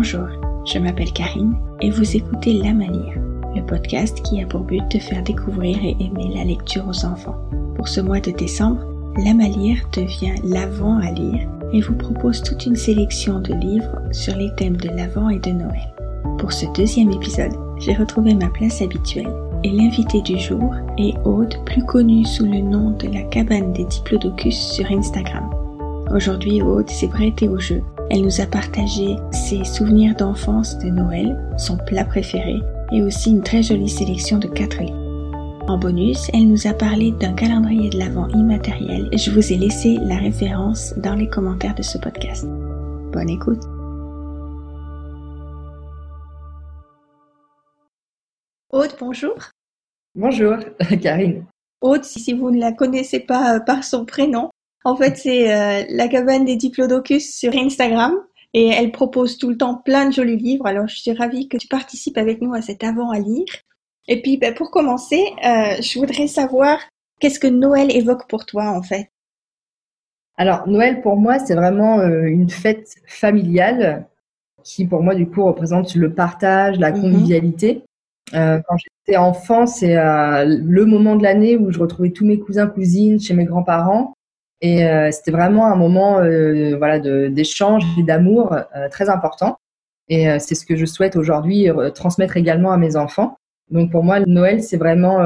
Bonjour, je m'appelle Karine et vous écoutez L'âme à lire, le podcast qui a pour but de faire découvrir et aimer la lecture aux enfants. Pour ce mois de décembre, L'âme à lire devient l'Avent à lire et vous propose toute une sélection de livres sur les thèmes de l'Avent et de Noël. Pour ce deuxième épisode, j'ai retrouvé ma place habituelle et l'invité du jour est Aude, plus connue sous le nom de la cabane des diplodocus sur Instagram. Aujourd'hui, Aude s'est prêtée au jeu. Elle nous a partagé ses souvenirs d'enfance de Noël, son plat préféré et aussi une très jolie sélection de 4 livres. En bonus, elle nous a parlé d'un calendrier de l'Avent immatériel et je vous ai laissé la référence dans les commentaires de ce podcast. Bonne écoute! Aude, bonjour! Bonjour, Karine. Aude, si vous ne la connaissez pas par son prénom, en fait, c'est la cabane des diplodocus sur Instagram et elle propose tout le temps plein de jolis livres. Alors, je suis ravie que tu participes avec nous à cet Avant à lire. Et puis, pour commencer, je voudrais savoir qu'est-ce que Noël évoque pour toi, en fait? Alors, Noël, pour moi, c'est vraiment une fête familiale qui, pour moi, du coup, représente le partage, la convivialité. Quand j'étais enfant, c'est le moment de l'année où je retrouvais tous mes cousins, cousines chez mes grands-parents. Et c'était vraiment un moment d'échange et d'amour très important. Et c'est ce que je souhaite aujourd'hui transmettre également à mes enfants. Donc pour moi, Noël, c'est vraiment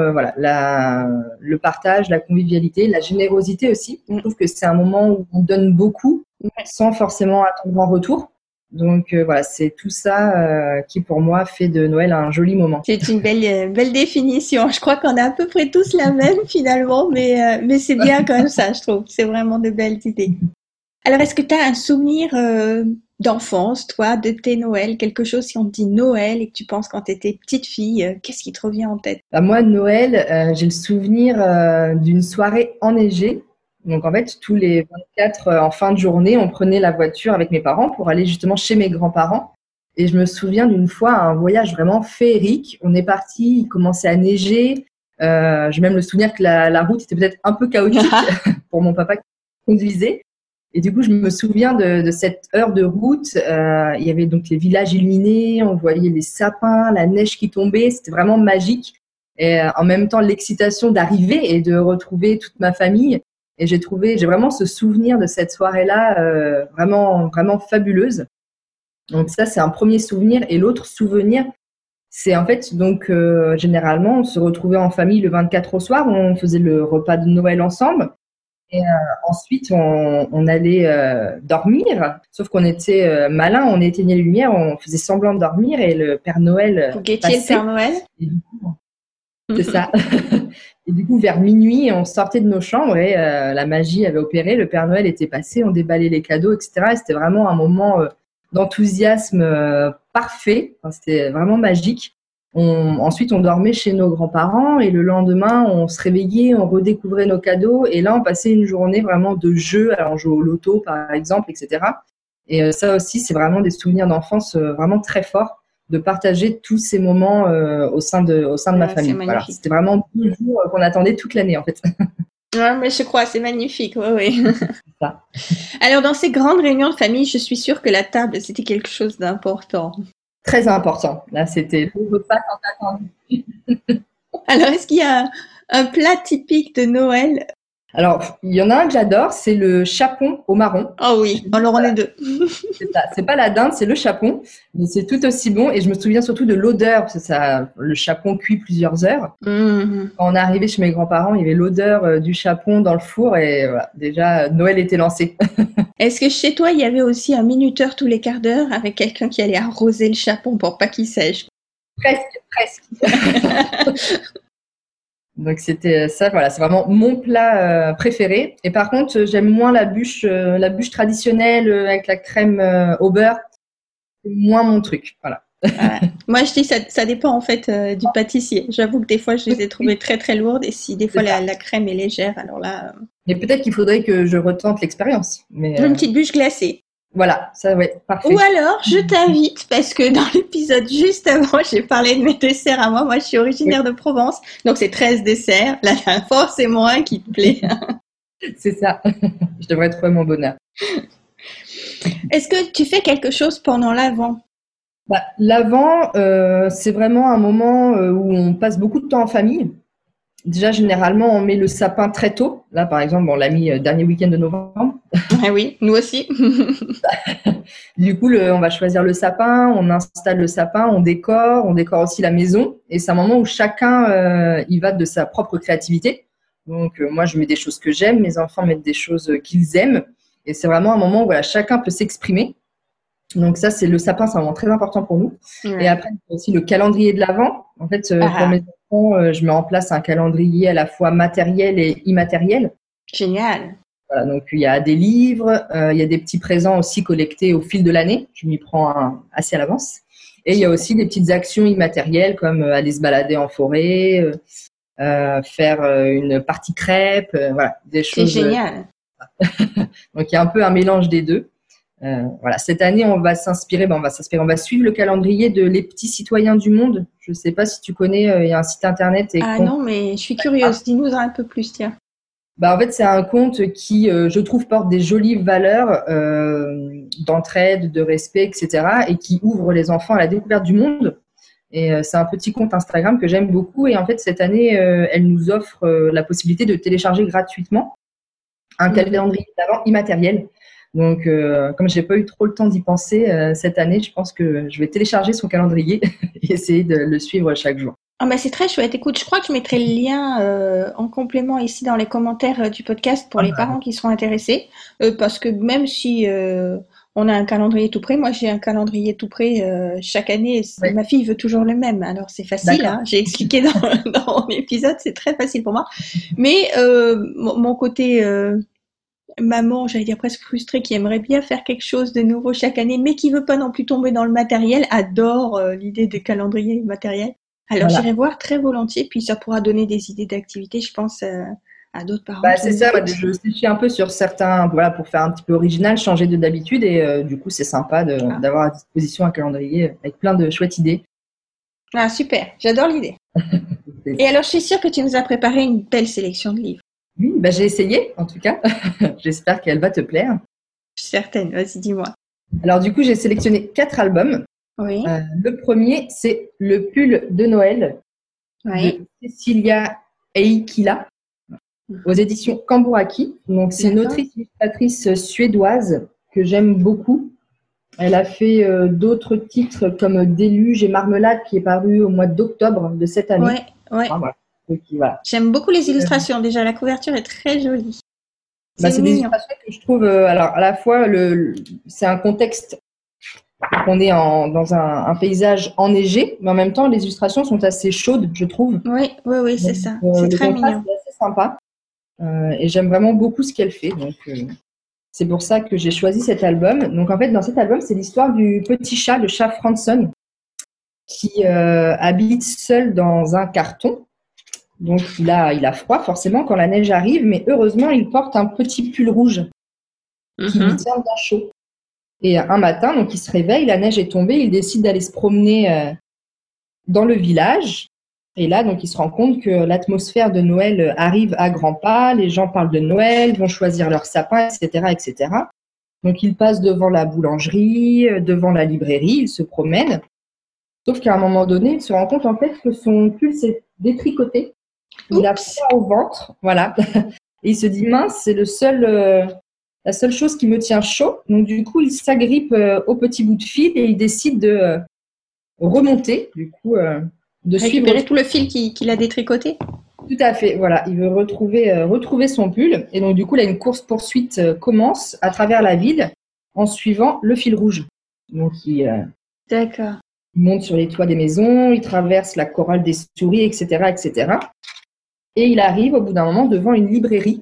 le partage, la convivialité, la générosité aussi. Je trouve que c'est un moment où on donne beaucoup sans forcément attendre en retour. Donc c'est tout ça qui pour moi fait de Noël un joli moment. C'est une belle définition. Je crois qu'on a à peu près tous la même finalement, mais c'est bien comme ça, je trouve. C'est vraiment de belles idées. Alors, est-ce que tu as un souvenir d'enfance, toi, de tes Noëls, quelque chose si on te dit Noël et que tu penses quand tu étais petite fille, qu'est-ce qui te revient en tête? Moi, Noël, j'ai le souvenir d'une soirée enneigée. Donc, en fait, tous les 24 en fin de journée, on prenait la voiture avec mes parents pour aller justement chez mes grands-parents. Et je me souviens d'une fois, un voyage vraiment féerique. On est parti, il commençait à neiger. J'ai même le souvenir que la route était peut-être un peu chaotique pour mon papa qui conduisait. Et du coup, je me souviens de cette heure de route. Il y avait donc les villages illuminés, on voyait les sapins, la neige qui tombait. C'était vraiment magique. Et en même temps, l'excitation d'arriver et de retrouver toute ma famille. Et j'ai vraiment ce souvenir de cette soirée-là vraiment, vraiment fabuleuse. Donc ça, c'est un premier souvenir. Et l'autre souvenir, c'est en fait, donc généralement, on se retrouvait en famille le 24 au soir. On faisait le repas de Noël ensemble. Et ensuite, on allait dormir. Sauf qu'on était malin, on éteignait les lumières, on faisait semblant de dormir et le Père Noël Vous guettiez le Père Noël? C'est ça. Et du coup, vers minuit, on sortait de nos chambres et la magie avait opéré. Le Père Noël était passé, on déballait les cadeaux, etc. Et c'était vraiment un moment d'enthousiasme parfait. Enfin, c'était vraiment magique. Ensuite, on dormait chez nos grands-parents et le lendemain, on se réveillait, on redécouvrait nos cadeaux. Et là, on passait une journée vraiment de jeu. Alors, on jouait au loto, par exemple, etc. Et ça aussi, c'est vraiment des souvenirs d'enfance vraiment très forts, de partager tous ces moments au sein de ma famille. Voilà. C'était vraiment 2 jours qu'on attendait toute l'année, en fait. Ouais, mais je crois, c'est magnifique, oui. C'est ça. Alors, dans ces grandes réunions de famille, je suis sûre que la table, c'était quelque chose d'important. Très important. Là, c'était le repas tant attendu. Alors, est-ce qu'il y a un plat typique de Noël? Alors, il y en a un que j'adore, c'est le chapon au marron. Oh oui, alors on est deux. C'est pas la dinde, c'est le chapon, mais c'est tout aussi bon. Et je me souviens surtout de l'odeur, parce que le chapon cuit plusieurs heures. Quand on est arrivé chez mes grands-parents, il y avait l'odeur du chapon dans le four et voilà, déjà Noël était lancé. Est-ce que chez toi, il y avait aussi un minuteur tous les quarts d'heure avec quelqu'un qui allait arroser le chapon pour pas qu'il sèche? Presque. Donc c'était ça, voilà, c'est vraiment mon plat préféré. Et par contre, j'aime moins la bûche traditionnelle avec la crème au beurre. C'est moins mon truc, voilà. Moi, je dis ça dépend en fait du pâtissier. J'avoue que des fois, je les ai trouvées très très lourdes et si des fois la crème est légère, alors là. Mais peut-être qu'il faudrait que je retente l'expérience. Mais une petite bûche glacée. Voilà, ça ouais, parfait. Ou alors, je t'invite, parce que dans l'épisode juste avant, j'ai parlé de mes desserts à moi. Moi, je suis originaire de Provence, donc c'est 13 desserts. Là, il y a forcément un qui te plaît. C'est ça. Je devrais trouver mon bonheur. Est-ce que tu fais quelque chose pendant l'Avent? L'Avent, c'est vraiment un moment où on passe beaucoup de temps en famille. Déjà, généralement, on met le sapin très tôt. Là, par exemple, on l'a mis dernier week-end de novembre. Ah oui, nous aussi. Du coup, on va choisir le sapin, on installe le sapin, on décore aussi la maison. Et c'est un moment où chacun y va de sa propre créativité. Donc, moi, je mets des choses que j'aime, mes enfants mettent des choses qu'ils aiment. Et c'est vraiment un moment où voilà, chacun peut s'exprimer. Donc ça, le sapin, c'est un moment très important pour nous. Ouais. Et après, il y a aussi le calendrier de l'Avent. En fait, pour mes enfants, je mets en place un calendrier à la fois matériel et immatériel. Génial. Voilà, donc il y a des livres, il y a des petits présents aussi collectés au fil de l'année. Je m'y prends assez à l'avance. Et il y a aussi des petites actions immatérielles comme aller se balader en forêt, faire une partie crêpe, voilà, des choses. C'est génial. Donc il y a un peu un mélange des deux. Voilà, cette année, on va suivre le calendrier de Les Petits Citoyens du Monde. Je ne sais pas si tu connais, il y a un site internet. Non, mais je suis curieuse. Dis-nous un peu plus, tiens. En fait, c'est un compte qui, je trouve, porte des jolies valeurs d'entraide, de respect, etc. et qui ouvre les enfants à la découverte du monde. Et c'est un petit compte Instagram que j'aime beaucoup. Et en fait, cette année, elle nous offre la possibilité de télécharger gratuitement un calendrier d'Avent immatériel. Donc, comme j'ai pas eu trop le temps d'y penser cette année, je pense que je vais télécharger son calendrier et essayer de le suivre chaque jour. Ah bah c'est très chouette. Écoute, je crois que je mettrai le lien en complément ici dans les commentaires du podcast pour les parents qui seront intéressés. Parce que même si on a un calendrier tout prêt, moi j'ai un calendrier tout prêt chaque année. Ouais. Ma fille veut toujours le même. Alors c'est facile, hein. J'ai expliqué dans mon épisode, c'est très facile pour moi. Mais mon côté maman, j'allais dire presque frustrée, qui aimerait bien faire quelque chose de nouveau chaque année, mais qui veut pas non plus tomber dans le matériel, adore l'idée des calendriers matériels. Alors j'irai voir très volontiers, puis ça pourra donner des idées d'activités, je pense, à d'autres parents. C'est ça, je réfléchis un peu sur certains, voilà, pour faire un petit peu original, changer d'habitude, et du coup c'est sympa d'avoir à disposition un calendrier avec plein de chouettes idées. Ah super, j'adore l'idée. Et alors je suis sûre que tu nous as préparé une belle sélection de livres. Oui, j'ai essayé en tout cas. J'espère qu'elle va te plaire. Je suis certaine, vas-y dis-moi. Alors du coup j'ai sélectionné 4 albums. Oui. Le premier, c'est Le pull de Noël de Cecilia Eikila aux éditions Cambouraki. Donc, c'est une autrice-illustratrice suédoise que j'aime beaucoup. Elle a fait d'autres titres comme Déluge et Marmelade qui est paru au mois d'octobre de cette année. Ouais. Voilà. Donc, voilà. J'aime beaucoup les illustrations. Déjà, la couverture est très jolie. C'est des illustrations que je trouve, alors à la fois, c'est un contexte. On est dans un paysage enneigé, mais en même temps, les illustrations sont assez chaudes, je trouve. Oui, c'est ça. C'est très mignon. C'est assez sympa. Et j'aime vraiment beaucoup ce qu'elle fait. Donc, c'est pour ça que j'ai choisi cet album. Donc, en fait, dans cet album, c'est l'histoire du petit chat, le chat Franson, qui habite seul dans un carton. Donc, il a froid, forcément, quand la neige arrive, mais heureusement, il porte un petit pull rouge qui lui tient bien chaud. Et un matin, donc, il se réveille, la neige est tombée, il décide d'aller se promener dans le village. Et là, donc, il se rend compte que l'atmosphère de Noël arrive à grands pas, les gens parlent de Noël, vont choisir leur sapin, etc., etc. Donc, il passe devant la boulangerie, devant la librairie, il se promène. Sauf qu'à un moment donné, il se rend compte en fait que son pull s'est détricoté. Il a froid au ventre, voilà. Et il se dit, mince, c'est la seule chose qui me tient chaud. Donc, du coup, il s'agrippe au petit bout de fil et il décide de remonter, du coup, de récupérer tout le fil qu'il a détricoté. Tout à fait, voilà. Il veut retrouver son pull. Et donc, du coup, là, une course-poursuite commence à travers la ville en suivant le fil rouge. Donc, D'accord. Il monte sur les toits des maisons, il traverse la chorale des souris, etc., etc. Et il arrive au bout d'un moment devant une librairie.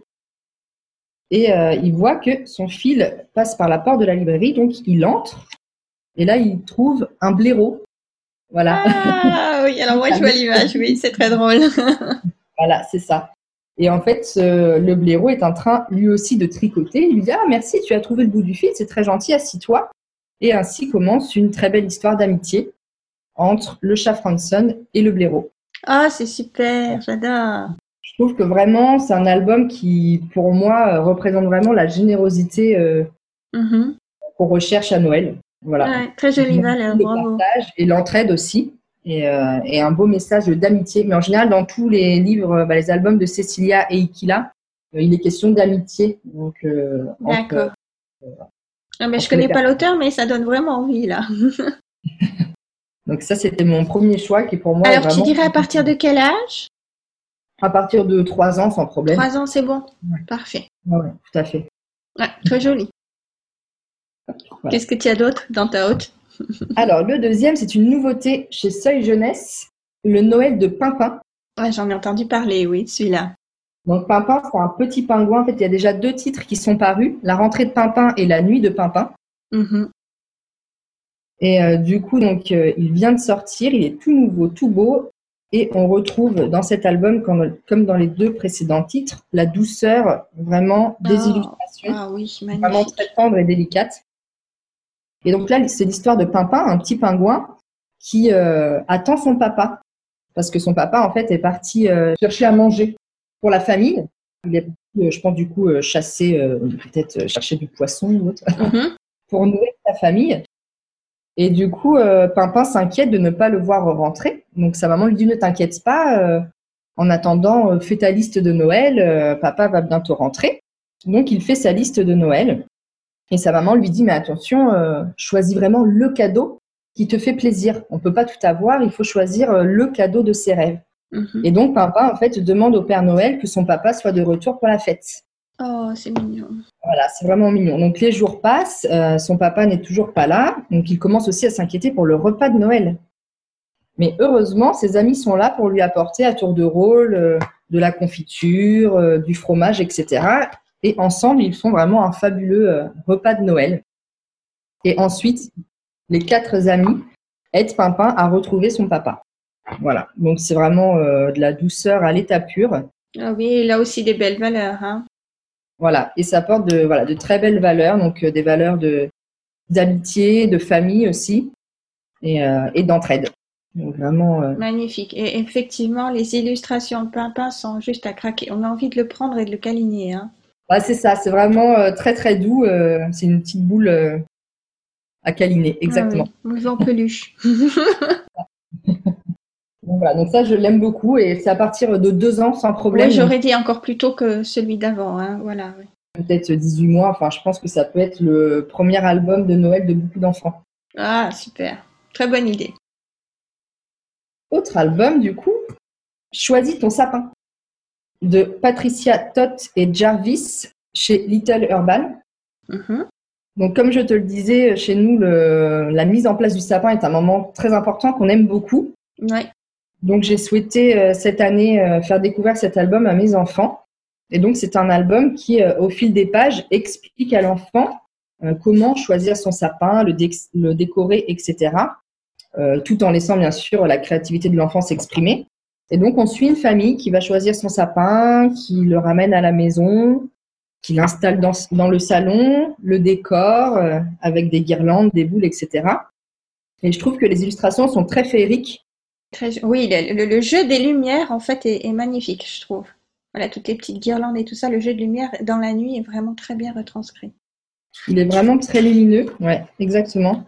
Et il voit que son fil passe par la porte de la librairie, donc il entre. Et là, il trouve un blaireau. Voilà. Ah oui, alors moi je vois l'image, oui, c'est très drôle. Voilà, c'est ça. Et en fait, le blaireau est en train lui aussi de tricoter. Il lui dit « Ah, merci, tu as trouvé le bout du fil, c'est très gentil, assis-toi. » Et ainsi commence une très belle histoire d'amitié entre le chat Franson et le blaireau. Ah, c'est super, j'adore. Je trouve que vraiment, c'est un album qui, pour moi, représente vraiment la générosité qu'on recherche à Noël. Voilà. Ouais, très jolie valeur, Le bravo. partage et l'entraide aussi. Et un beau message d'amitié. Mais en général, dans tous les livres, les albums de Cecilia et Ikila, il est question d'amitié donc, D'accord. Ah, mais je entre les connais pas personnes. l'auteur, mais ça donne vraiment envie là. Donc ça, c'était mon premier choix qui pour moi est Alors, tu vraiment dirais à partir de quel âge? à partir de 3 ans sans problème. 3 ans, c'est bon. Ouais, Parfait. ouais, tout à fait. Ouais, très joli. Voilà. Qu'est-ce que tu as d'autre dans ta haute? Alors, le deuxième, c'est une nouveauté chez Seuil Jeunesse, le Noël de Pimpin. Ouais, j'en ai entendu parler, oui, celui-là. Donc, Pimpin, c'est un petit pingouin. En fait, il y a déjà 2 titres qui sont parus, La rentrée de Pimpin et La nuit de Pimpin. Mhm. Et du coup, donc, il vient de sortir, il est tout nouveau, tout beau. Et on retrouve dans cet album, comme dans les 2 précédents titres, la douceur vraiment des Oh, illustrations, ah oui, vraiment très magnifique. tendres et délicates. Et donc là, c'est l'histoire de Pimpin, un petit pingouin qui attend son papa. Parce que son papa, en fait, est parti chercher à manger pour la famille. Il est parti, je pense, du coup, chasser, peut-être chercher du poisson ou autre, Mhm. pour nourrir sa famille. Et du coup, Pimpin s'inquiète de ne pas le voir rentrer. Donc sa maman lui dit, ne t'inquiète pas, en attendant, fais ta liste de Noël, papa va bientôt rentrer. Donc il fait sa liste de Noël. Et sa maman lui dit, mais attention, choisis vraiment le cadeau qui te fait plaisir. On ne peut pas tout avoir, il faut choisir le cadeau de ses rêves. Mhm. Et donc Pimpin, en fait, demande au Père Noël que son papa soit de retour pour la fête. Oh, c'est mignon. Voilà, c'est vraiment mignon. Donc les jours passent, son papa n'est toujours pas là, donc il commence aussi à s'inquiéter pour le repas de Noël. Mais heureusement, ses amis sont là pour lui apporter à tour de rôle de la confiture, du fromage, etc. Et ensemble, ils font vraiment un fabuleux repas de Noël. Et ensuite, les 4 amis aident Pimpin à retrouver son papa. Voilà, donc c'est vraiment de la douceur à l'état pur. Ah oui, il a aussi des belles valeurs, hein. Voilà, et ça apporte de très belles valeurs, donc des valeurs d'amitié, de famille aussi, et d'entraide. Donc vraiment, Magnifique. Et effectivement, les illustrations de Pimpin sont juste à craquer. On a envie de le prendre et de le câliner, hein. c'est ça, c'est vraiment très très doux. C'est une petite boule à câliner, Ah exactement. oui, nous en peluche. Donc, voilà, donc ça, je l'aime beaucoup, et c'est à partir de 2 ans sans Oui, problème, donc j'aurais dit encore plus tôt que celui d'avant, hein. Voilà, oui. peut-être 18 mois. Enfin, je pense que ça peut être le premier album de Noël de beaucoup d'enfants. Ah, super. Très bonne idée. Autre album, du coup, Choisis ton sapin, de Patricia Toth et Jarvis chez Little Urban. Mhm. Donc, comme je te le disais, chez nous, la mise en place du sapin est un moment très important qu'on aime beaucoup. Ouais. Donc, j'ai souhaité cette année faire découvrir cet album à mes enfants. Et donc, c'est un album qui, au fil des pages, explique à l'enfant comment choisir son sapin, le décorer, etc. Tout en laissant, bien sûr, la créativité de l'enfant s'exprimer. Et donc, on suit une famille qui va choisir son sapin, qui le ramène à la maison, qui l'installe dans le salon, le décor, avec des guirlandes, des boules, etc. Et je trouve que les illustrations sont très féeriques. Oui, le jeu des lumières, en fait, est magnifique, je trouve. Voilà, toutes les petites guirlandes et tout ça, le jeu de lumière dans la nuit est vraiment très bien retranscrit. Il est vraiment très lumineux, ouais, exactement.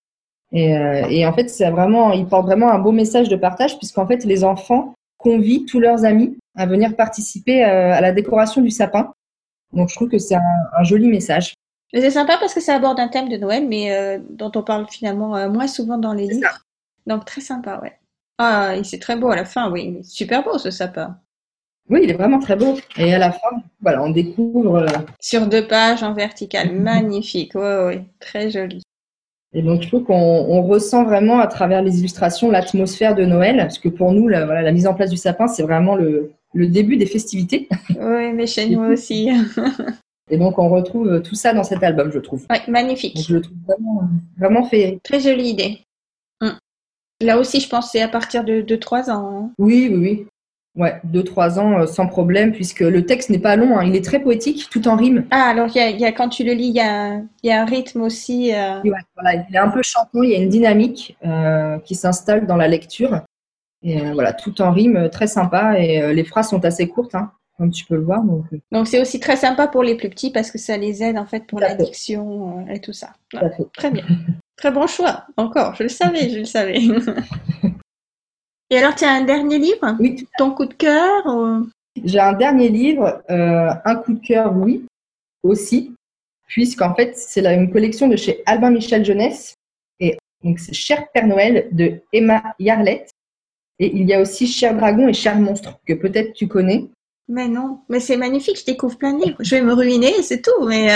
Et en fait, il porte vraiment un beau message de partage, puisqu'en fait, les enfants convient tous leurs amis à venir participer à la décoration du sapin. Donc, je trouve que c'est un joli message. Mais c'est sympa parce que ça aborde un thème de Noël, mais dont on parle finalement moins souvent dans les C'est ça. livres. Donc très sympa, ouais. Ah, et c'est très beau à la fin, oui. Il est super beau ce sapin. Oui, il est vraiment très beau. Et à la fin, voilà, on découvre. Sur 2 pages en vertical, magnifique. Ouais, ouais, très joli. Et donc, je trouve qu'on ressent vraiment à travers les illustrations l'atmosphère de Noël, parce que pour nous, la mise en place du sapin, c'est vraiment le début des festivités. Oui, mais chez nous aussi. Et donc, on retrouve tout ça dans cet album, je trouve. Ouais, Donc, je magnifique. le trouve vraiment, vraiment féerique. Très jolie idée. Mm. Là aussi, je pense que c'est à partir de 3 ans, hein. Oui, oui, oui. Ouais, 2, 3 ans sans problème, puisque le texte n'est pas long, hein. Il est très poétique, tout en rime. Ah, alors quand tu le lis, il y a un rythme aussi. Et ouais, voilà, il est un peu chantant, il y a une dynamique qui s'installe dans la lecture. Et voilà, tout en rime, très sympa. Et les phrases sont assez courtes, hein. comme tu peux le voir. Donc c'est aussi très sympa pour les plus petits parce que ça les aide en fait pour Tout à fait. l'addiction et tout ça. Tout à fait. Très bien. Très bon choix. Encore, je le savais. Et alors, tu as un dernier livre? Oui. Ton coup de cœur ou... J'ai un dernier livre, un coup de cœur, oui, aussi, puisqu'en fait, c'est une collection de chez Albin Michel Jeunesse. Et donc, c'est Cher Père Noël de Emma Yarlett. Et il y a aussi Cher Dragon et Cher Monstre, que peut-être tu connais. Mais non, mais c'est magnifique, je découvre plein de livres. Je vais me ruiner, c'est tout, mais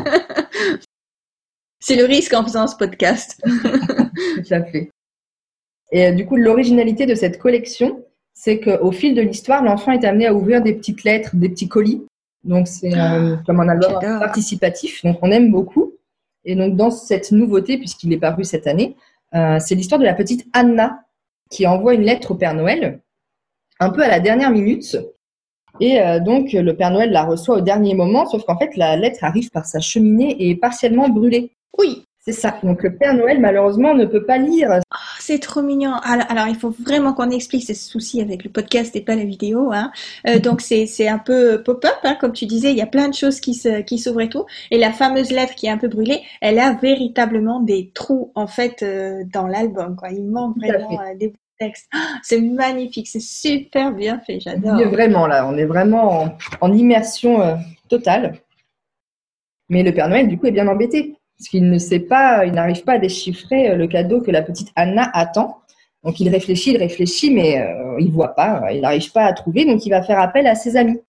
c'est le risque en faisant ce podcast. Tout à fait. Et du coup, l'originalité de cette collection, c'est qu'au fil de l'histoire, l'enfant est amené à ouvrir des petites lettres, des petits colis. Donc, c'est comme un album participatif. Donc, on aime beaucoup. Et donc, dans cette nouveauté, puisqu'il est paru cette année, c'est l'histoire de la petite Anna qui envoie une lettre au Père Noël, un peu à la dernière minute. Et donc, le Père Noël la reçoit au dernier moment, sauf qu'en fait, la lettre arrive par sa cheminée et est partiellement brûlée. Oui. C'est ça. Donc, le Père Noël, malheureusement, ne peut pas lire. Oh, c'est trop mignon. Alors, il faut vraiment qu'on explique ces soucis avec le podcast et pas la vidéo. Hein. Donc, c'est un peu pop-up, hein, comme tu disais. Il y a plein de choses qui s'ouvrent et tout. Et la fameuse lettre qui est un peu brûlée, elle a véritablement des trous, en fait, dans l'album, quoi. Il manque vraiment des textes. Oh, c'est magnifique. C'est super bien fait. J'adore. Oui, vraiment, là. On est vraiment en immersion totale. Mais le Père Noël, du coup, est bien embêté. Parce qu'il ne sait pas, il n'arrive pas à déchiffrer le cadeau que la petite Anna attend. Donc, il réfléchit, mais il ne voit pas, il n'arrive pas à trouver. Donc, il va faire appel à ses amis.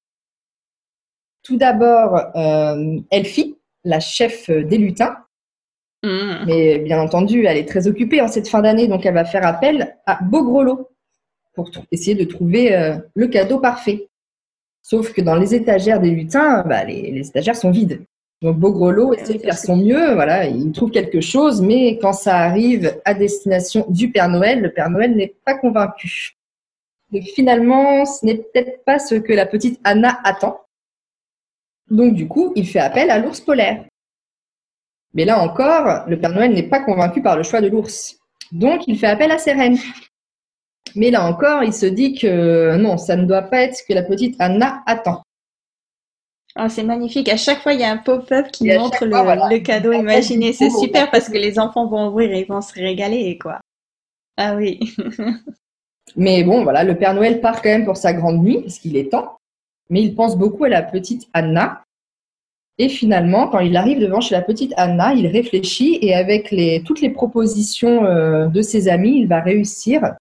Tout d'abord, Elfie, la chef des lutins. Mais bien entendu, elle est très occupée en cette fin d'année. Donc, elle va faire appel à Beaugrelot pour essayer de trouver le cadeau parfait. Sauf que dans les étagères des lutins, les étagères sont vides. Donc, Beaugrelot essaie de faire son mieux, voilà, il trouve quelque chose, mais quand ça arrive à destination du Père Noël, le Père Noël n'est pas convaincu. Donc, finalement, ce n'est peut-être pas ce que la petite Anna attend. Donc, du coup, il fait appel à l'ours polaire. Mais là encore, le Père Noël n'est pas convaincu par le choix de l'ours. Donc, il fait appel à ses reines. Mais là encore, il se dit que non, ça ne doit pas être ce que la petite Anna attend. Oh, c'est magnifique. À chaque fois, il y a un pop-up qui montre le cadeau imaginé. C'est super parce que les enfants vont ouvrir et ils vont se régaler, quoi. Ah oui. Mais bon, voilà, le Père Noël part quand même pour sa grande nuit, parce qu'il est temps. Mais il pense beaucoup à la petite Anna. Et finalement, quand il arrive devant chez la petite Anna, il réfléchit et avec toutes les propositions de ses amis, il va réussir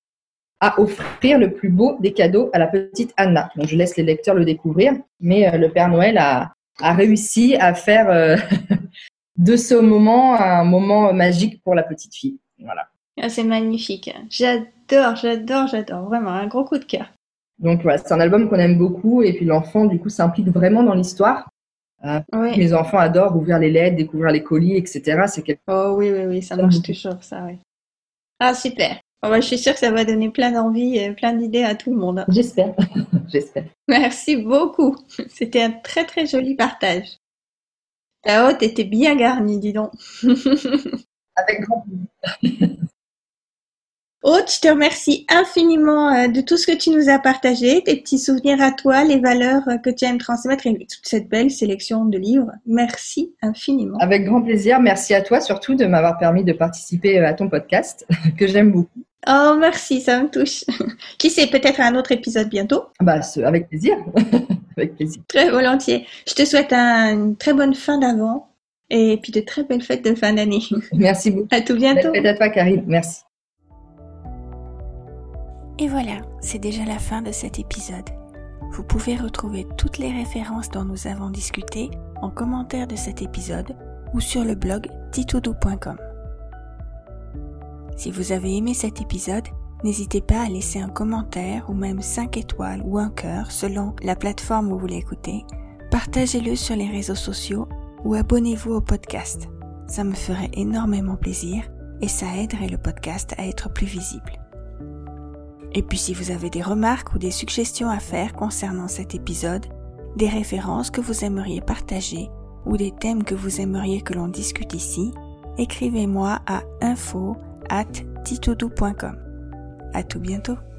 à offrir le plus beau des cadeaux à la petite Anna. Donc, je laisse les lecteurs le découvrir, mais le Père Noël a réussi à faire de ce moment un moment magique pour la petite fille. Voilà. Ah, c'est magnifique. J'adore. Vraiment, un gros coup de cœur. Donc, voilà, c'est un album qu'on aime beaucoup et puis l'enfant, du coup, s'implique vraiment dans l'histoire. Oui. Mes enfants adorent ouvrir les lettres, découvrir les colis, etc. Oh oui, ça marche toujours, ça, oui. Ah, super. Oh, je suis sûre que ça va donner plein d'envie et plein d'idées à tout le monde. J'espère. J'espère. Merci beaucoup. C'était un très très joli partage. Ta hôte était bien garnie, dis donc. Avec grand plaisir. Aude, je te remercie infiniment de tout ce que tu nous as partagé, tes petits souvenirs à toi, les valeurs que tu aimes transmettre et toute cette belle sélection de livres. Merci infiniment. Avec grand plaisir. Merci à toi surtout de m'avoir permis de participer à ton podcast que j'aime beaucoup. Oh, merci, ça me touche. Qui sait, peut-être un autre épisode bientôt? Avec plaisir. Avec plaisir. Très volontiers. Je te souhaite une très bonne fin d'avant et puis de très belles fêtes de fin d'année. Merci beaucoup. À tout bientôt. Belle fête à toi, Karine. Merci. Et voilà, c'est déjà la fin de cet épisode. Vous pouvez retrouver toutes les références dont nous avons discuté en commentaire de cet épisode ou sur le blog titoudou.com. Si vous avez aimé cet épisode, n'hésitez pas à laisser un commentaire ou même 5 étoiles ou un cœur selon la plateforme où vous l'écoutez. Partagez-le sur les réseaux sociaux ou abonnez-vous au podcast. Ça me ferait énormément plaisir et ça aiderait le podcast à être plus visible. Et puis si vous avez des remarques ou des suggestions à faire concernant cet épisode, des références que vous aimeriez partager ou des thèmes que vous aimeriez que l'on discute ici, écrivez-moi à info@titoudou.com. À tout bientôt.